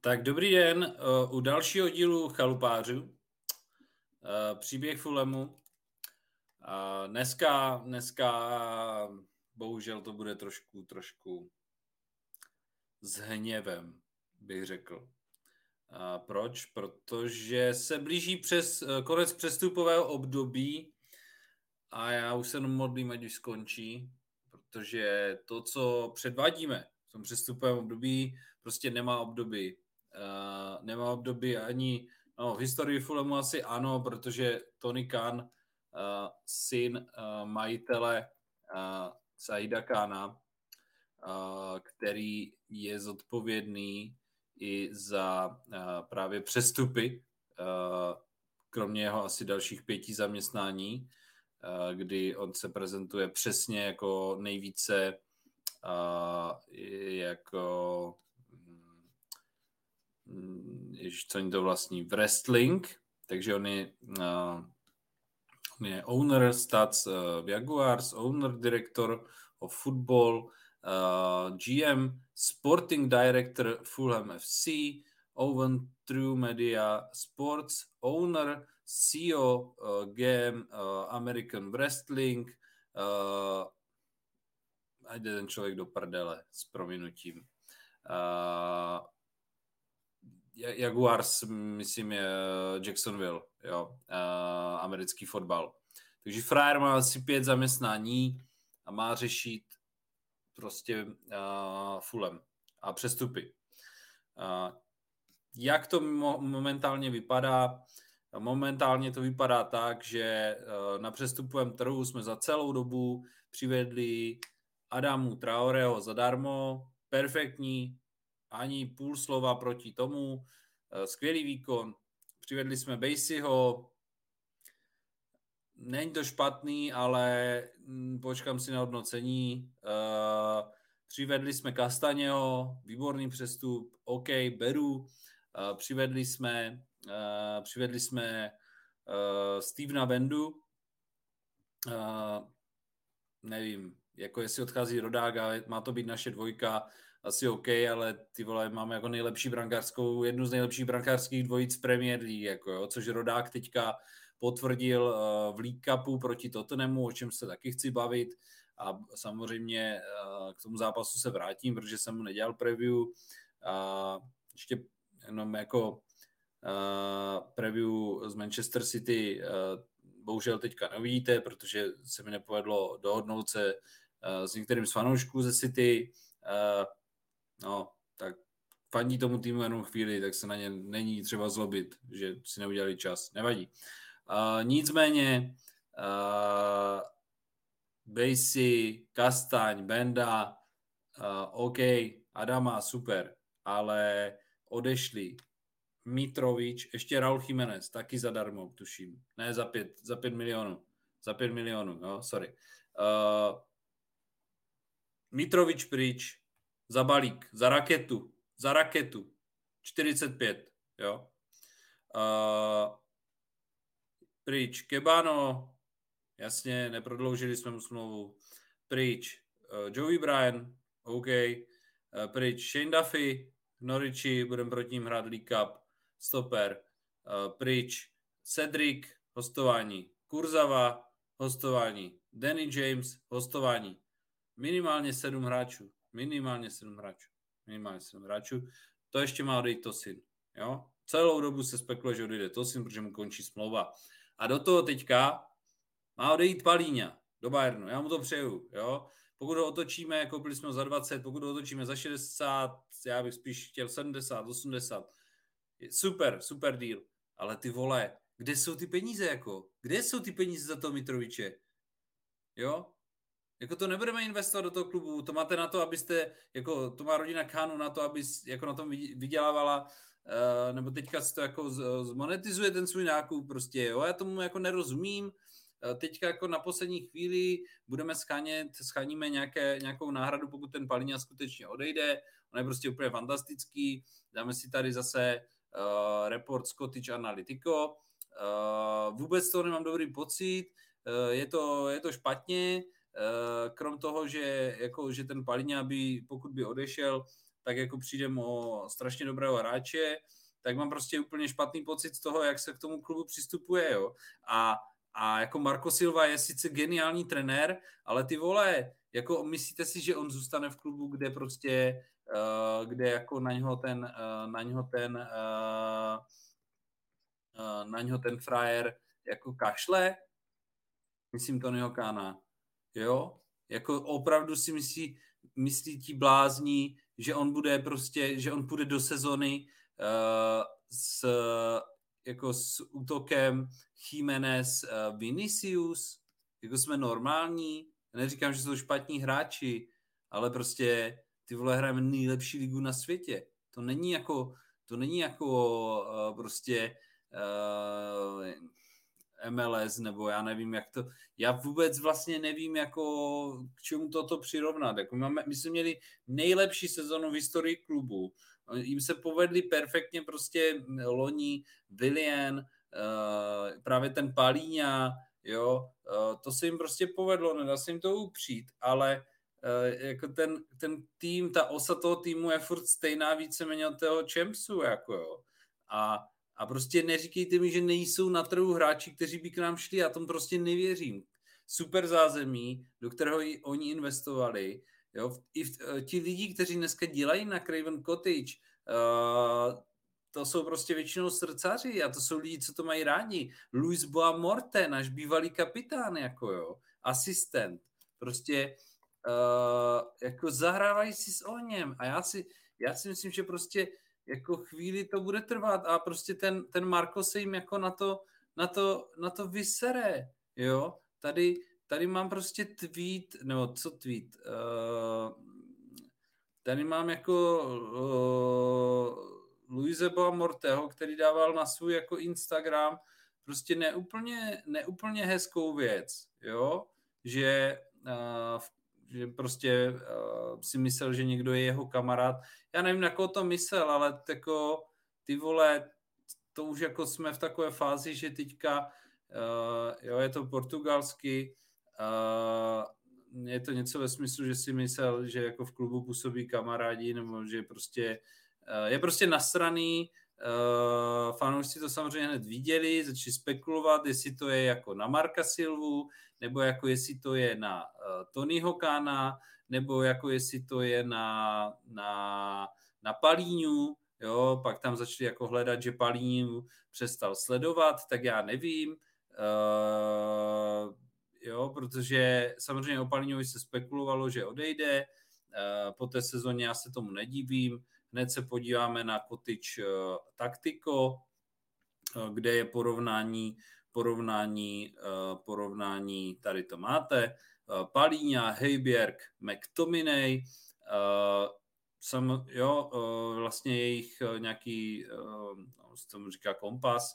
Tak dobrý den, u dalšího dílu Chalupářů, příběh Fulhamu. Dneska bohužel to bude trošku s hněvem, bych řekl. Proč? Protože se blíží konec přestupového období a já už se modlím, ať už skončí, protože to, co předvádíme v tom přestupovém období, prostě nemá období. Nemá období ani v historii Fulhamu asi ano, protože Tony Khan, syn majitele Saida Khana, který je zodpovědný i za právě přestupy, kromě jeho asi dalších 5 zaměstnání, kdy on se prezentuje přesně jako nejvíce jako co oni to vlastní, wrestling, takže on je owner stats v Jaguars, owner director of football, GM, sporting director Fulham FC, Owen True Media Sports, owner, CEO, GM American Wrestling, a jde ten člověk do prdele s prominutím. Jaguars, myslím, je Jacksonville, jo, americký fotbal. Takže frajer má asi 5 zaměstnání a má řešit prostě Fulham a přestupy. Jak to momentálně vypadá? Momentálně to vypadá tak, že na přestupovém trhu jsme za celou dobu přivedli Adamu Traoreho zadarmo, perfektní, ani půl slova proti tomu, skvělý výkon. Přivedli jsme Baseyho, není to špatný, ale počkám si na hodnocení. Přivedli jsme Castañeho, výborný přestup, OK, beru. Přivedli jsme Stevena Bendu, nevím, jako jestli odchází Rodák a má to být naše dvojka, asi OK, ale ty vole, máme jako jednu z nejlepších brankářských dvojic Premier League, jako jo, což Rodák teďka potvrdil v League Cupu proti Tottenhamu, o čem se taky chci bavit a samozřejmě k tomu zápasu se vrátím, protože jsem mu nedělal preview. Ještě jenom jako preview z Manchester City bohužel teďka neuvidíte, protože se mi nepovedlo dohodnout se s některým z fanoušků ze City. No, tak fandí tomu týmu jenom chvíli, tak se na ně není třeba zlobit, že si neudělali čas. Nevadí. Nicméně Basey, Kastaň, Benda, OK, Adama, super, ale odešli Mitrovič, ještě Raul Jiménez, taky zadarmo, tuším. Ne, za 5 milionů. Za 5 milionů, jo, sorry. Mitrovič pryč, za balík, za raketu. 45, jo. Pryč, Kebano, jasně, neprodloužili jsme mu smlouvu. Pryč, Joey Bryan, OK. Pryč, Shane Duffy, Norwichi, budeme proti ním hrát League Cup, stoper. Pryč, Cedric, hostování. Kurzawa, hostování. Danny James, hostování. Minimálně 7 hráčů. To ještě má odejít Tosin. Jo? Celou dobu se spekuluje, že odejde Tosin, protože mu končí smlouva. A do toho teďka má odejít Palíňa do Bayernu. Já mu to přeju. Jo? Pokud ho otočíme, koupili jsme ho za 20, pokud ho otočíme za 60, já bych spíš chtěl 70, 80. Super deal. Ale ty vole, kde jsou ty peníze jako? Kde jsou ty peníze za toho Mitroviče? Jo? Jako to nebudeme investovat do toho klubu, to máte na to, abyste, jako to má rodina Khanů na to, aby jako na tom vydělávala, nebo teďka si to jako zmonetizuje ten svůj nákup prostě, jo, já tomu jako nerozumím. Teďka jako na poslední chvíli budeme scháníme nějakou náhradu, pokud ten Palíňa skutečně odejde. On je prostě úplně fantastický. Dáme si tady zase report Scottish Analytico. Vůbec toho nemám dobrý pocit. Je to špatně. Krom toho, že ten Palíňa pokud by odešel, tak jako přijdem o strašně dobrého hráče, tak mám prostě úplně špatný pocit z toho, jak se k tomu klubu přistupuje, jo. A jako Marco Silva je sice geniální trenér, ale ty vole, jako myslíte si, že on zůstane v klubu, kde prostě, kde jako na něho ten frajer jako kašle? Myslím Tonyho Kána, jo? Jako opravdu si myslí ti blázní, že on bude prostě, že on půjde do sezony s útokem Jiménez Vinicius, jako jsme normální. Já neříkám, že jsou špatní hráči, ale prostě ty vole hrajeme nejlepší ligu na světě. To není jako prostě MLS, nebo já nevím, jak to... Já vůbec vlastně nevím, jako k čemu toto přirovnat. Jako my jsme měli nejlepší sezonu v historii klubu. Jim se povedli perfektně prostě loni Willian, právě ten Palíňa, jo, to se jim prostě povedlo, nedá se jim to upřít, ale jako ten tým, ta osa toho týmu je furt stejná víceméně od toho Champsu, jako jo. A prostě neříkejte mi, že nejsou na trhu hráči, kteří by k nám šli, já tomu prostě nevěřím. Super zázemí, do kterého oni investovali. Jo? Ti lidi, kteří dneska dělají na Craven Cottage, to jsou prostě většinou srdcaři a to jsou lidi, co to mají rádi. Luis Boa Morte, náš bývalý kapitán, jako jo, asistent. Prostě jako zahrávají si s oněm a já si myslím, že prostě jako chvíli to bude trvat a prostě ten Marko se jim jako na to vysere, jo. Tady mám prostě tweet, nebo co tweet? Tady mám jako Luise Boa Morteho, který dával na svůj jako Instagram prostě neúplně hezkou věc, jo, že prostě si myslel, že někdo je jeho kamarád. Já nevím, na koho to myslel, ale jako ty vole, to už jako jsme v takové fázi, že teďka jo, je to portugalsky, je to něco ve smyslu, že si myslel, že jako v klubu působí kamarádi, nebo že prostě je prostě nasraný. Fanoušci to samozřejmě hned viděli, začali spekulovat, jestli to je jako na Marka Silvu, nebo jako jestli to je na Tonyho Kána, nebo jako jestli to je na Palíňu, jo, pak tam začali jako hledat, že Palíňu přestal sledovat, tak já nevím, jo, protože samozřejmě o Palíňovi se spekulovalo, že odejde, po té sezóně já se tomu nedivím. Hned se podíváme na Cottage Tactico, kde je porovnání, tady to máte, Palíňa, Højbjerg, McTominay, vlastně jejich nějaký, se tomu říká kompas,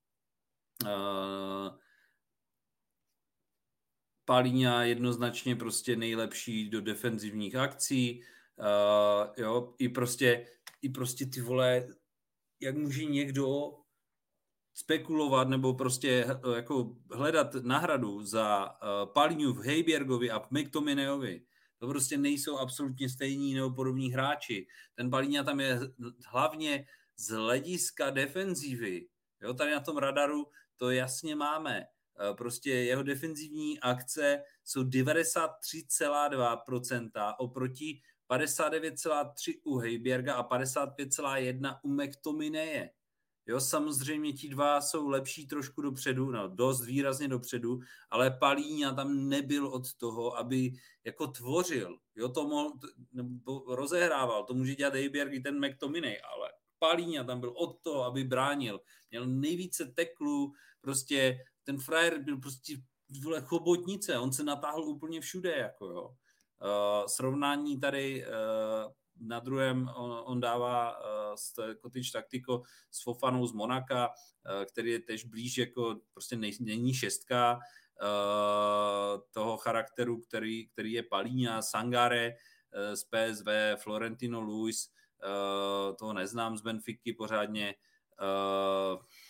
Palíňa jednoznačně prostě nejlepší do defenzivních akcí, jo, i prostě ty vole, jak může někdo spekulovat nebo prostě jako hledat náhradu za Palíňu v Højbjergovi a v McTominayovi. To prostě nejsou absolutně stejní nebo podobní hráči. Ten Palíňa tam je hlavně z hlediska defenzívy. Jo, tady na tom radaru to jasně máme. Prostě jeho defenzivní akce jsou 93,2% oproti 59,3% u Højbjerga a 55,1% u McTominaye. Jo, samozřejmě ti dva jsou lepší trošku dopředu, no dost výrazně dopředu, ale Palíňa tam nebyl od toho, aby jako tvořil. Jo, rozehrával, to může dělat Højbjerg i ten McTominay, ale Palíňa tam byl od toho, aby bránil. Měl nejvíce teklů, prostě ten frajer byl prostě vole chobotnice, on se natáhl úplně všude, jako jo. Srovnání tady na druhém on dává Cottage Tactico s Fofanou z Monaka, který je tež blíž, jako prostě není šestka toho charakteru, který je Palíňa, Sangare z PSV, Florentino Luis, toho neznám z Benfiky pořádně.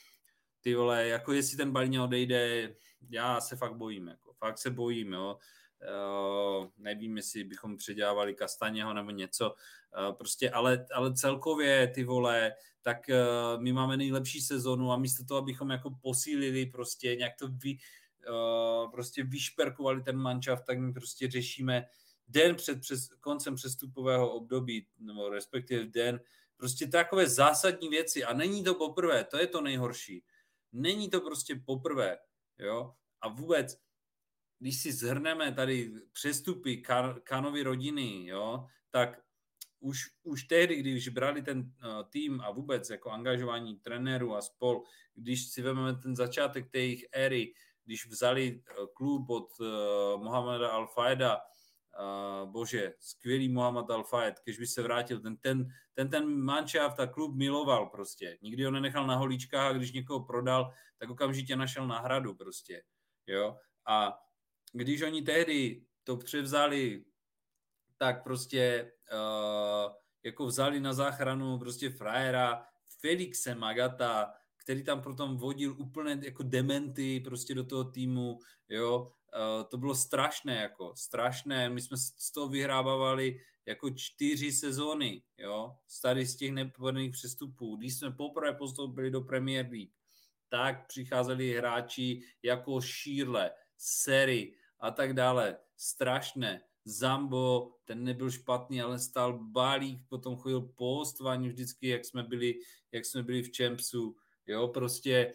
Ty vole, jako jestli ten Palíňa odejde, já se fakt bojím, jako fakt se bojím, jo. nevím, jestli bychom předělávali Kastaněho nebo něco, prostě, ale celkově ty vole, tak my máme nejlepší sezonu a místo toho, abychom jako posílili prostě nějak to prostě vyšperkovali ten manšaft, tak my prostě řešíme den před koncem přestupového období, nebo respektive den, prostě takové zásadní věci a není to poprvé, to je to nejhorší. Není to prostě poprvé, jo, a vůbec když si zhrneme tady přestupy Kanovy rodiny, jo, tak už tehdy, když brali ten tým a vůbec jako angažování trenérů a spol, když si vezmeme ten začátek té jejich éry, když vzali klub od Mohameda Al-Fayeda, bože, skvělý Mohamed Al-Fayed, když by se vrátil, ten manšaft a klub miloval prostě. Nikdy ho nenechal na holíčkách a když někoho prodal, tak okamžitě našel náhradu prostě, jo. A když oni tehdy to převzali, tak prostě jako vzali na záchranu prostě frajera Felixe Magata, který tam potom vodil úplně jako dementy prostě do toho týmu, jo, to bylo strašné, my jsme z toho vyhrávali jako 4 sezóny, jo, tady z těch nepovedených přestupů, když jsme poprvé postoupili do Premier League, tak přicházeli hráči jako Šírle, Seri a tak dále, strašné. Zambo, ten nebyl špatný, ale stál balík, potom chodil po hostování vždycky, jak jsme byli v Champsu, jo, prostě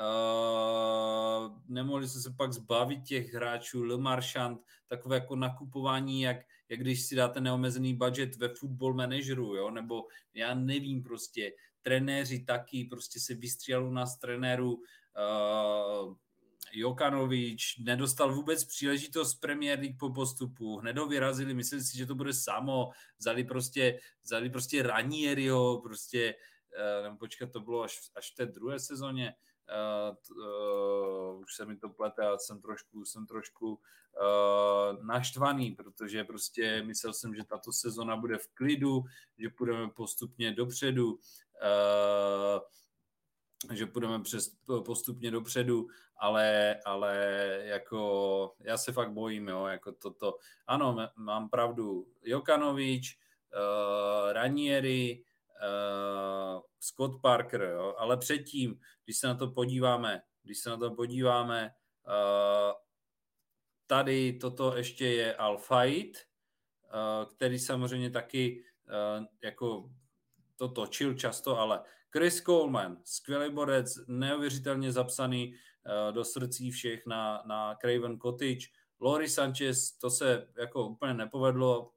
nemohli jsme se pak zbavit těch hráčů, Le Marchand, takové jako nakupování, jak když si dáte neomezený budget ve Football Manageru, jo, nebo já nevím prostě, trenéři taky, prostě se vystřídal u nás trenérů Jokanovič, nedostal vůbec příležitost Premier League po postupu, hned ho vyrazili, mysleli si, že to bude samo, vzali prostě Ranieriho, prostě, nebo počkat, to bylo až v té druhé sezóně, už se mi to plete, ale jsem trošku naštvaný, protože prostě myslel jsem, že tato sezona bude v klidu, že půjdeme postupně dopředu, ale jako já se fakt bojím, jo, jako toto. Ano, mám pravdu. Jokanovič, Ranieri, Scott Parker, jo, ale předtím, když se na to podíváme, tady toto ještě je Al-Fayed, který samozřejmě taky jako to točil často, ale Chris Coleman, skvělý borec, neuvěřitelně zapsaný do srdcí všech na Craven Cottage. Lori Sanchez, to se jako úplně nepovedlo.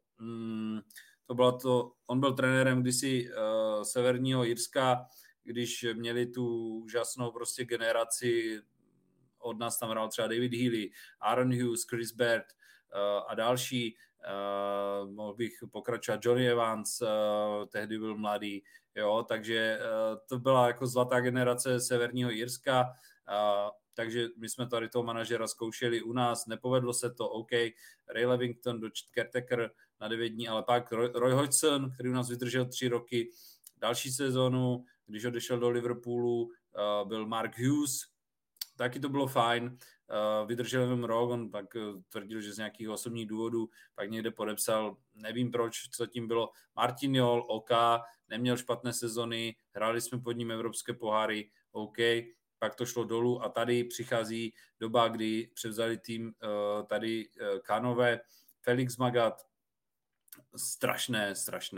On byl trenérem kdysi Severního Irska, když měli tu úžasnou prostě generaci, od nás tam hrál třeba David Healy, Aaron Hughes, Chris Baird a další. Mohl bych pokračovat, Johnny Evans, tehdy byl mladý, jo, takže to byla jako zlatá generace Severního Irska, takže my jsme tady toho manažera zkoušeli u nás, nepovedlo se to, OK, Ray Levington, caretaker na 9 dní, ale pak Roy Hodgson, který u nás vydržel 3 roky, další sezónu, když odešel do Liverpoolu, byl Mark Hughes, taky to bylo fajn, vydržel jenom rok, on pak tvrdil, že z nějakých osobních důvodů pak někde podepsal, nevím proč, co tím bylo. Martin Jol, OK, neměl špatné sezony, hráli jsme pod ním evropské poháry, OK, pak to šlo dolů a tady přichází doba, kdy převzali tým tady Kanové, Felix Magath, strašné.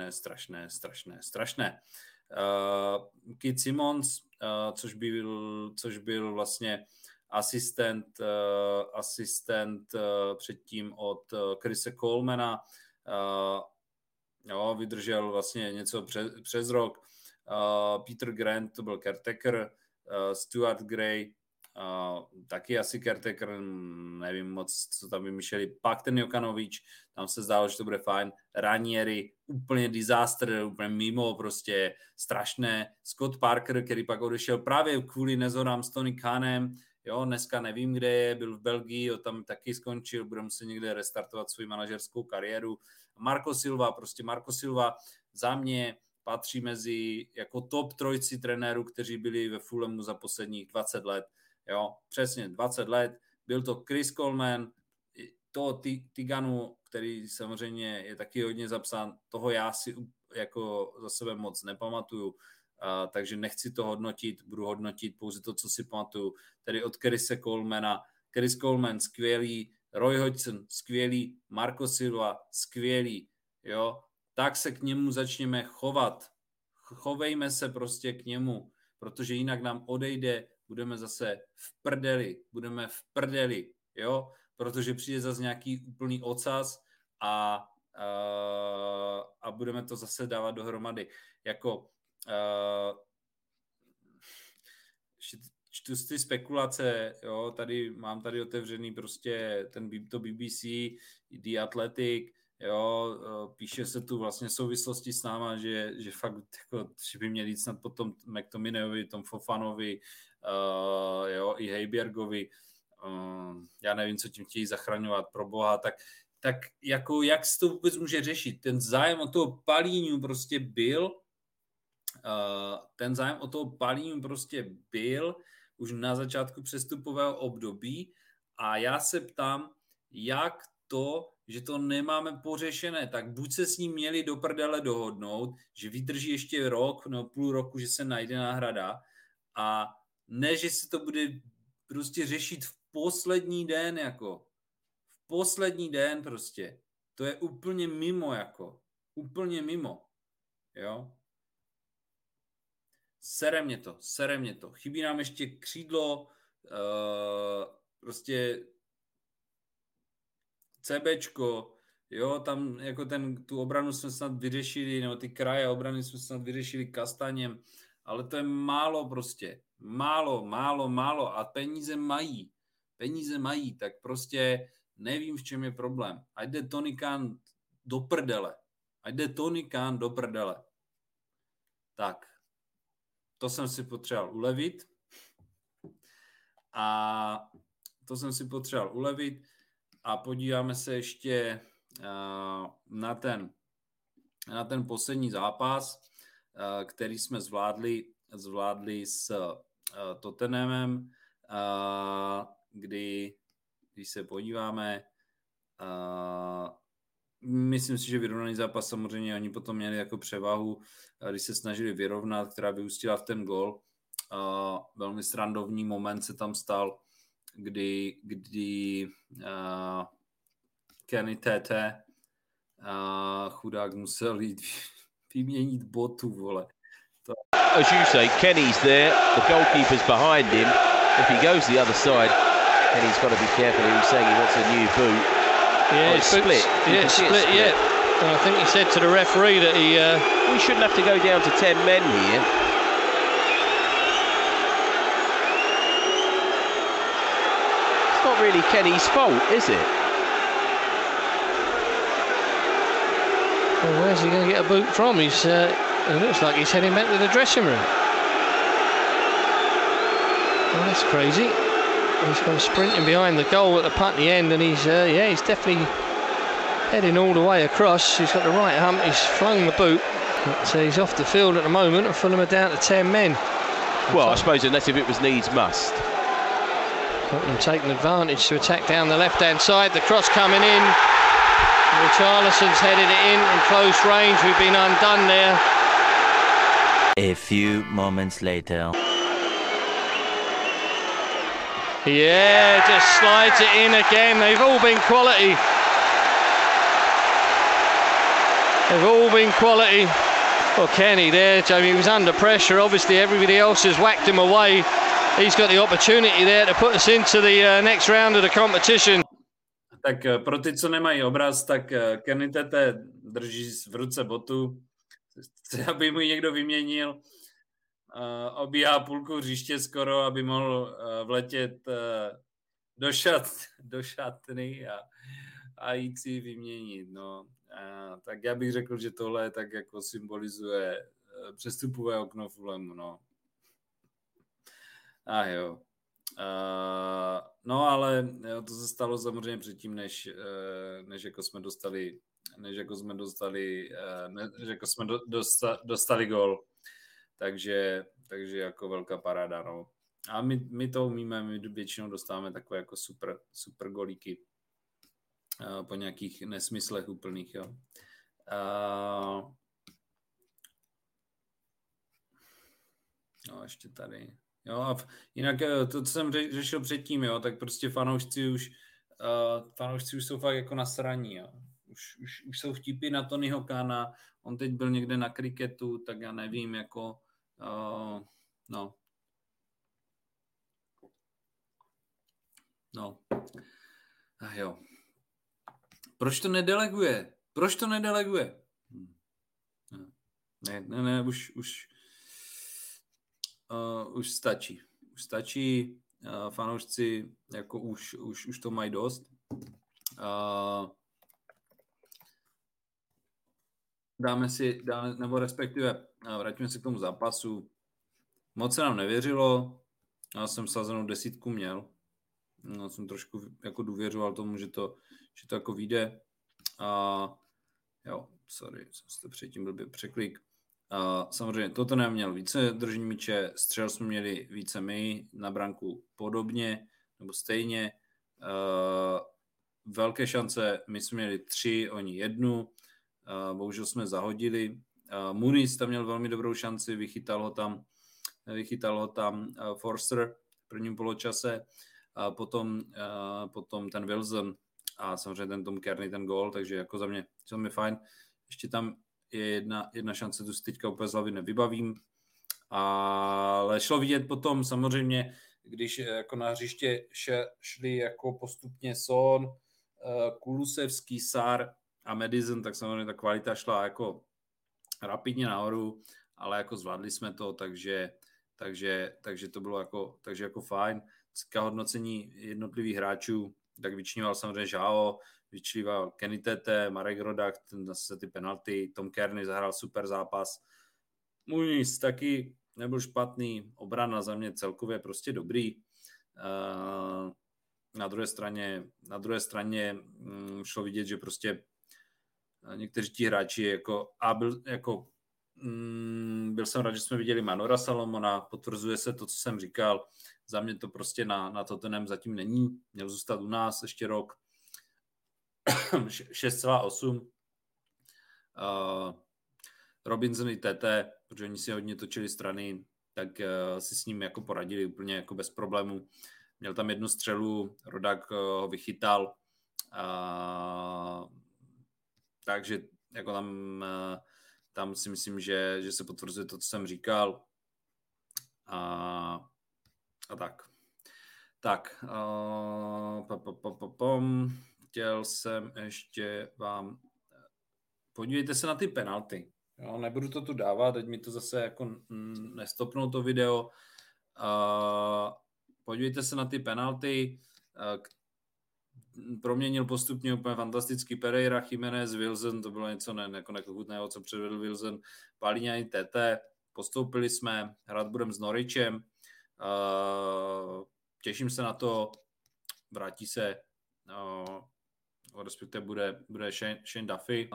Keith Simons, což byl vlastně asistent předtím od Chrise Colemana, jo, vydržel vlastně něco přes rok. Peter Grant, to byl caretaker, Stuart Gray, taky asi caretaker, nevím moc, co tam vymýšleli. Pak ten Jokanovič, tam se zdálo, že to bude fajn. Ranieri, úplně disaster, úplně mimo, prostě strašné. Scott Parker, který pak odešel právě kvůli nezhodám s Tony Khanem, jo, dneska nevím, kde je, byl v Belgii, tam taky skončil, bude muset někde restartovat svou manažerskou kariéru. Marco Silva za mě patří mezi jako top 3 trenérů, kteří byli ve Fulhamu za posledních 20 let. Jo, přesně 20 let. Byl to Chris Coleman, toho Tiganu, který samozřejmě je taky hodně zapsán, toho já si jako za sebe moc nepamatuju, takže nechci to hodnotit, budu hodnotit pouze to, co si pamatuju, tedy od Chrise Colemana. Chris Coleman, skvělý, Roy Hodgson, skvělý, Marco Silva, skvělý, jo, tak se k němu začněme chovat. Chovejme se prostě k němu, protože jinak nám odejde, budeme zase v prdeli, jo, protože přijde zase nějaký úplný ocas a budeme to zase dávat dohromady. Jako čtu ty spekulace, jo, mám tady otevřený prostě to BBC, The Athletic, jo, píše se tu vlastně souvislosti s náma, že fakt jako, že by měli jít snad potom McTominayovi, Tom Fofanovi, jo, i Heibergovi, já nevím, co tím chtějí zachraňovat, pro boha, tak jako jak se to vůbec může řešit? Ten zájem o toho Palíňu prostě byl, už na začátku přestupového období a já se ptám, jak to, že to nemáme pořešené, tak buď se s ním měli do prdele dohodnout, že vydrží ještě rok nebo půl roku, že se najde náhrada a ne, že se to bude prostě řešit v poslední den, jako v poslední den prostě. To je úplně mimo, jako úplně mimo, jo. Sere mě to. Chybí nám ještě křídlo, prostě CBčko, jo, tam jako tu obranu jsme snad vyřešili, nebo ty kraje obrany jsme snad vyřešili Kastaněm, ale to je málo prostě. Málo a peníze mají, tak prostě nevím, v čem je problém. Ať jde Tony Khan do prdele. Tak. To jsem si potřeboval ulevit a podíváme se ještě na ten poslední zápas, který jsme zvládli s Tottenhamem, když se podíváme, myslím si, že vyrovnaný zápas samozřejmě oni potom měli jako převahu, když se snažili vyrovnat, která vyústila v ten gól. Velmi srandovní moment se tam stal, kdy Kenny Tete chudák musel jít vyměnit botu, vole. As you say, Kenny's there, the goalkeeper's behind him. If he goes the other side, Kenny's got to be careful. He was saying he wants a new boot. Yeah, it's split. Yeah, split. Yeah. And I think he said to the referee that we shouldn't have to go down to 10 men here. It's not really Kenny's fault, is it? Well, where's he going to get a boot from? It looks like he's heading back to the dressing room. Well, that's crazy. He's gone sprinting behind the goal at the Putney end, and he's definitely heading all the way across. He's got the right hump. He's flung the boot. But he's off the field at the moment, and Fulham are down to 10 men. Well, I suppose unless if it was needs must. Tottenham taking advantage to attack down the left-hand side. The cross coming in. Richarlison's headed it in close range. We've been undone there. A few moments later. Yeah, just slides it in again. They've all been quality. Well, Kenny there, Jamie, he was under pressure. Obviously, everybody else has whacked him away. He's got the opportunity there to put us into the next round of the competition. Tak pro ty, co nemají obraz, tak Kenny Tete drží v ruce botu, chce, aby mu někdo vyměnil. Obíhá půlku hřiště skoro, aby mohl vletět do šatny a jít si vyměnit. No. Tak já bych řekl, že tohle tak jako symbolizuje přestupové okno Fulhamu. No. Jo. No ale jo, to se stalo samozřejmě předtím, než jsme dostali gól. Takže jako velká paráda, no. A my to umíme, my většinou dostáváme takové jako super golíky. po nějakých nesmyslech úplných, jo. No, ještě tady. Jo, a jinak to, co jsem řešil předtím, jo, tak prostě fanoušci už jsou fakt jako nasraní, jo. Už jsou vtipy na Tonyho Kana, on teď byl někde na kriketu, tak já nevím, jako no. Jo. Proč to nedeleguje? Ne, už stačí. Fanoušci jako už to mají dost. Nebo respektive vrátíme se k tomu zápasu. Moc se nám nevěřilo. Já jsem sazenou 10 měl. No, jsem trošku jako důvěřoval tomu, že to jako vyjde. Jo, sorry, jsem si to předtím blbě překlik. Samozřejmě toto neměl více držení míče, střel jsme měli více my, na branku podobně, nebo stejně. Velké šance, my jsme měli 3, oni 1. Bohužel jsme zahodili. Muniz tam měl velmi dobrou šanci, vychytal ho tam Forster v prvním poločase. Potom ten Wilson a samozřejmě ten Tom Kearney, ten gól, takže jako za mě fajn. Ještě tam je jedna šance, tu si teďka úplně z hlavy nevybavím, ale šlo vidět potom samozřejmě, když jako na hřiště šli jako postupně Son, Kulusevský, Sar a Madison, tak samozřejmě ta kvalita šla jako rapidně nahoru, ale jako zvládli jsme to, takže to bylo jako fajn. Hodnocení jednotlivých hráčů, tak vyčníval samozřejmě Žao, vyčníval Kenny Tete, Marek Rodak, ten zase ty penalty, Tom Kearney zahrál super zápas. Muniz taky nebyl špatný, obrana za mě celkově prostě dobrý. Na druhé straně šlo vidět, že prostě někteří ti hráči byl jsem rád, že jsme viděli Manora Salomona, potvrzuje se to, co jsem říkal. Za mě to prostě na Tottenham zatím není. Měl zůstat u nás ještě rok. 6,8. Robinson i TT, protože oni si hodně točili strany, tak si s ním jako poradili úplně jako bez problémů. Měl tam jednu střelu, Rodak ho vychytal. Takže jako tam si myslím, že se potvrzuje to, co jsem říkal. A tak. Chtěl jsem ještě vám... Podívejte se na ty penalty. Jo, nebudu to tu dávat, teď mi to zase jako nestopnou to video. Podívejte se na ty penalty. Proměnil postupně úplně fantasticky Pereira, Jiménez, Wilson, to bylo něco jako nechutného, co předvedl Wilson, Palhinha i Tete. Postoupili jsme, hrát budeme s Norwichem. Těším se na to, vrátí se, respektive bude Shane Duffy.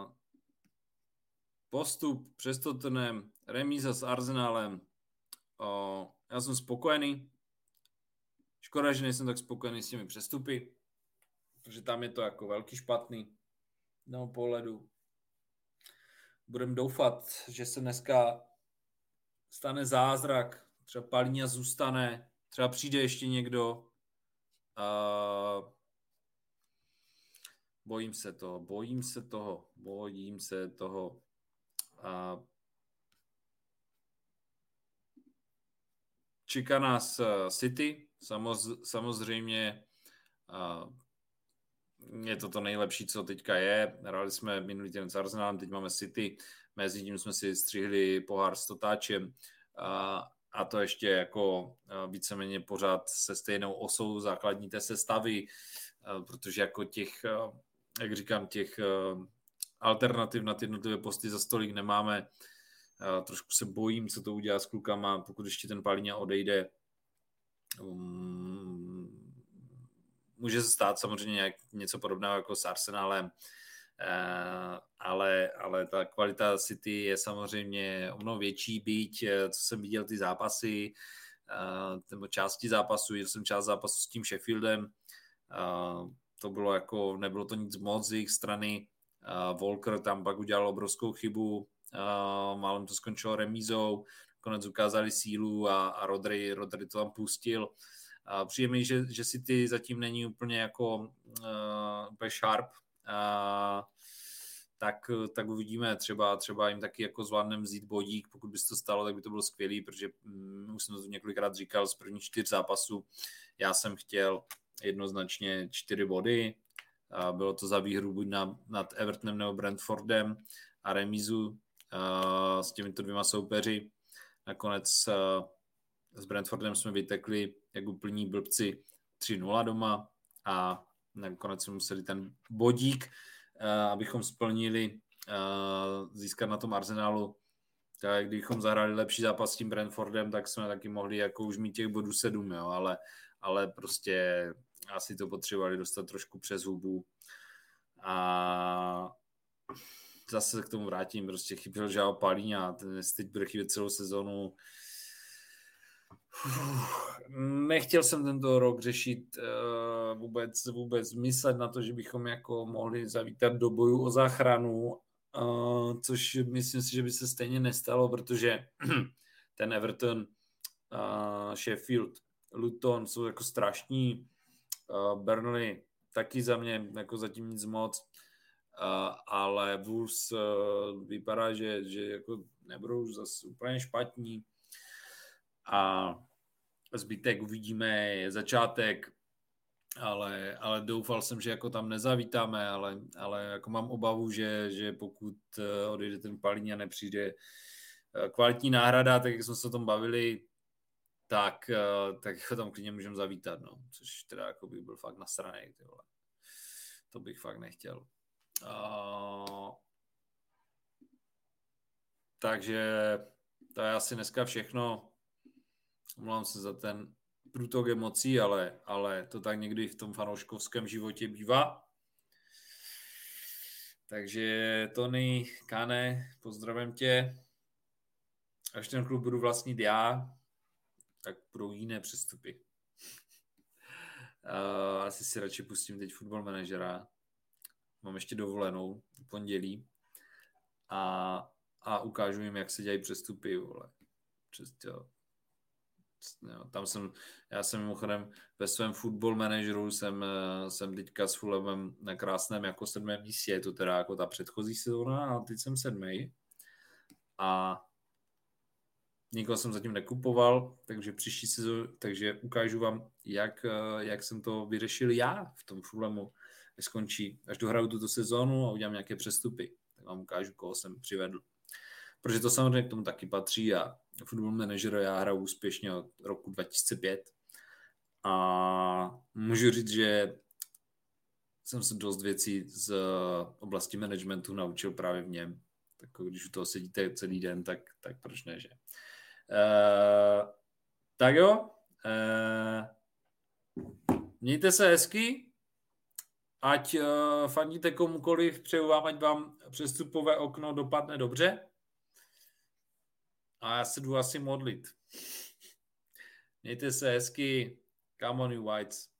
Postup přes Tottenham, remíza s Arsenalem. Já jsem spokojený. Škoda, že nejsem tak spokojený s těmi přestupy, protože tam je to jako velký špatný na pohledu. Budeme doufat, že se dneska stane zázrak, třeba Palhinha zůstane, třeba přijde ještě někdo. Bojím se toho. Čeká nás City, samozřejmě je to nejlepší, co teďka je. Hráli jsme minulý týden s Arsenalem, teď máme City, mezi tím jsme si střihli pohár s Totáčem a to ještě jako víceméně pořád se stejnou osou základní té sestavy, protože jako těch, jak říkám, těch alternativ na ty jednotlivé posty za stolik nemáme. Trošku se bojím, co to udělá s klukama, pokud ještě ten Palhinha odejde. Může se stát samozřejmě něco podobného jako s Arsenalem, ale ta kvalita City je samozřejmě o mnoho větší, byť, co jsem viděl ty zápasy, nebo části zápasu, viděl jsem část zápasu s tím Sheffieldem, to bylo jako, nebylo to nic moc z jejich strany. Walker tam pak udělal obrovskou chybu, málem to skončilo remízou, konec ukázali sílu a Rodri to tam pustil. Přijde mi, že City zatím není úplně jako úplně sharp, tak uvidíme, třeba jim taky jako zvládneme vzít bodík, pokud by se to stalo, tak by to bylo skvělý, protože už jsem to několikrát říkal, z prvních 4 zápasů já jsem chtěl jednoznačně 4 body, bylo to za výhru buď nad Evertonem nebo Brentfordem a remízu s těmito 2 soupeři. Nakonec s Brentfordem jsme vytekli jak úplní blbci 3-0 doma a nakonec jsme museli ten bodík, abychom splnili získat na tom Arsenalu. Tak kdybychom zahráli lepší zápas s tím Brentfordem, tak jsme taky mohli jako už mít těch bodů 7, jo, ale prostě asi to potřebovali dostat trošku přes hubu. A zase k tomu vrátím, prostě chyběl João Palhinha, ten teď bude chybět celou sezonu. Nechtěl jsem tento rok řešit vůbec myslet na to, že bychom jako mohli zavítat do bojů o záchranu, což myslím si, že by se stejně nestalo, protože ten Everton, Sheffield, Luton jsou jako strašní, Burnley taky za mě jako zatím nic moc, ale Wolves vypadá, že jako nebudou už zase úplně špatní a zbytek uvidíme, je začátek, ale doufal jsem, že jako tam nezavítáme, ale jako mám obavu, že pokud odejde ten Palhinha, nepřijde kvalitní náhrada, tak jak jsme se o tom bavili, tak ho tam klidně můžeme zavítat, no, což teda jako bych byl fakt nasranej, ty vole. To bych fakt nechtěl. Takže to je asi dneska všechno. Omlouvám se za ten průtok emocí, ale to tak někdy v tom fanouškovském životě bývá. Takže Tony, Kane, pozdravím tě. Až ten klub budu vlastnit já, tak budou jiné přestupy. Asi si radši pustím teď Football Managera. Mám ještě dovolenou v pondělí a ukážu jim, jak se dělají přestupy, vole. Já jsem mimochodem ve svém Football Manageru jsem teďka s Fulhamem na krásném jako 7. místě, je to teda jako ta předchozí sezóna a teď jsem 7. A nikoho jsem zatím nekupoval, takže příští sezónu, takže ukážu vám, jak jsem to vyřešil já v tom Fulhamu, až skončí, až dohraju tuto sezónu a udělám nějaké přestupy, tak vám ukážu, koho jsem přivedl. Protože to samozřejmě k tomu taky patří a Football Manager já hraju úspěšně od roku 2005 a můžu říct, že jsem se dost věcí z oblasti managementu naučil právě v něm. Tak když u toho sedíte celý den, tak proč ne, že? Tak jo, mějte se hezky, ať fandíte komukoliv, přeju vám, ať vám přestupové okno dopadne dobře a já se jdu asi modlit. Mějte se hezky, come on you whites.